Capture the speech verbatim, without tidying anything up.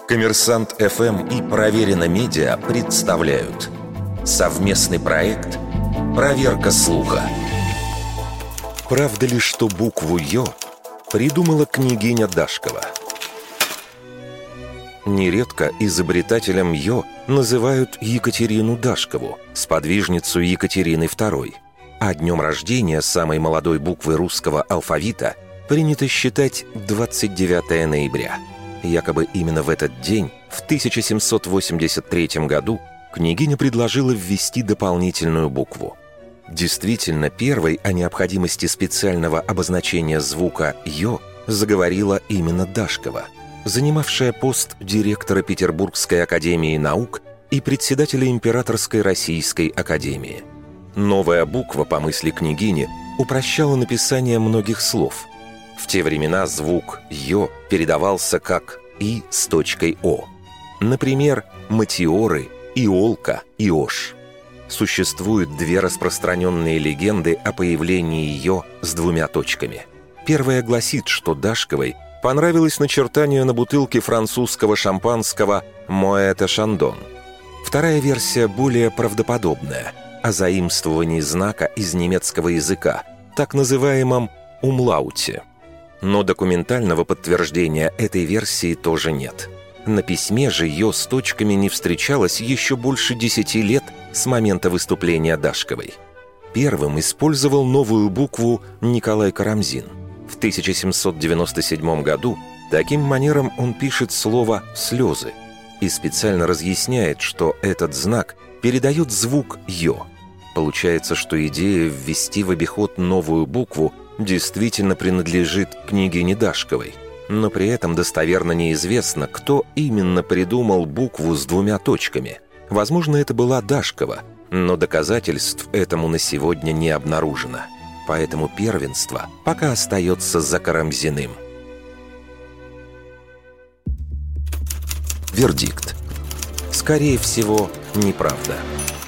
Коммерсант эф эм и Проверено Медиа представляют совместный проект «Проверка слуха». Правда ли, что букву «ё» придумала княгиня Дашкова? Нередко изобретателем «ё» называют Екатерину Дашкову, сподвижницу Екатерины второй. А днем рождения самой молодой буквы русского алфавита принято считать двадцать девятое ноября. Якобы именно в этот день, в тысяча семьсот восемьдесят третьем году, княгиня предложила ввести дополнительную букву. Действительно, первой о необходимости специального обозначения звука «ё» заговорила именно Дашкова, занимавшая пост директора Петербургской академии наук и председателя Императорской Российской академии. Новая буква, по мысли княгини, упрощала написание многих слов. В те времена звук «ё» передавался как «и» с точкой «о». Например, «матиоры», «иолка», «иош». Существуют две распространенные легенды о появлении «ё» с двумя точками. Первая гласит, что Дашковой понравилось начертание на бутылке французского шампанского «Моэта Шандон». Вторая версия более правдоподобная, о заимствовании знака из немецкого языка, так называемом «умлауте». Но документального подтверждения этой версии тоже нет. На письме же «ё» с точками не встречалось еще больше десяти лет с момента выступления Дашковой. Первым использовал новую букву Николай Карамзин. В тысяча семьсот девяносто седьмом году таким манером он пишет слово «слезы» и специально разъясняет, что этот знак передает звук «ё». Получается, что идея ввести в обиход новую букву действительно принадлежит княгине Дашковой, но при этом достоверно неизвестно, кто именно придумал букву с двумя точками. Возможно, это была Дашкова, но доказательств этому на сегодня не обнаружено. Поэтому первенство пока остается за Карамзиным. Вердикт. Скорее всего, неправда.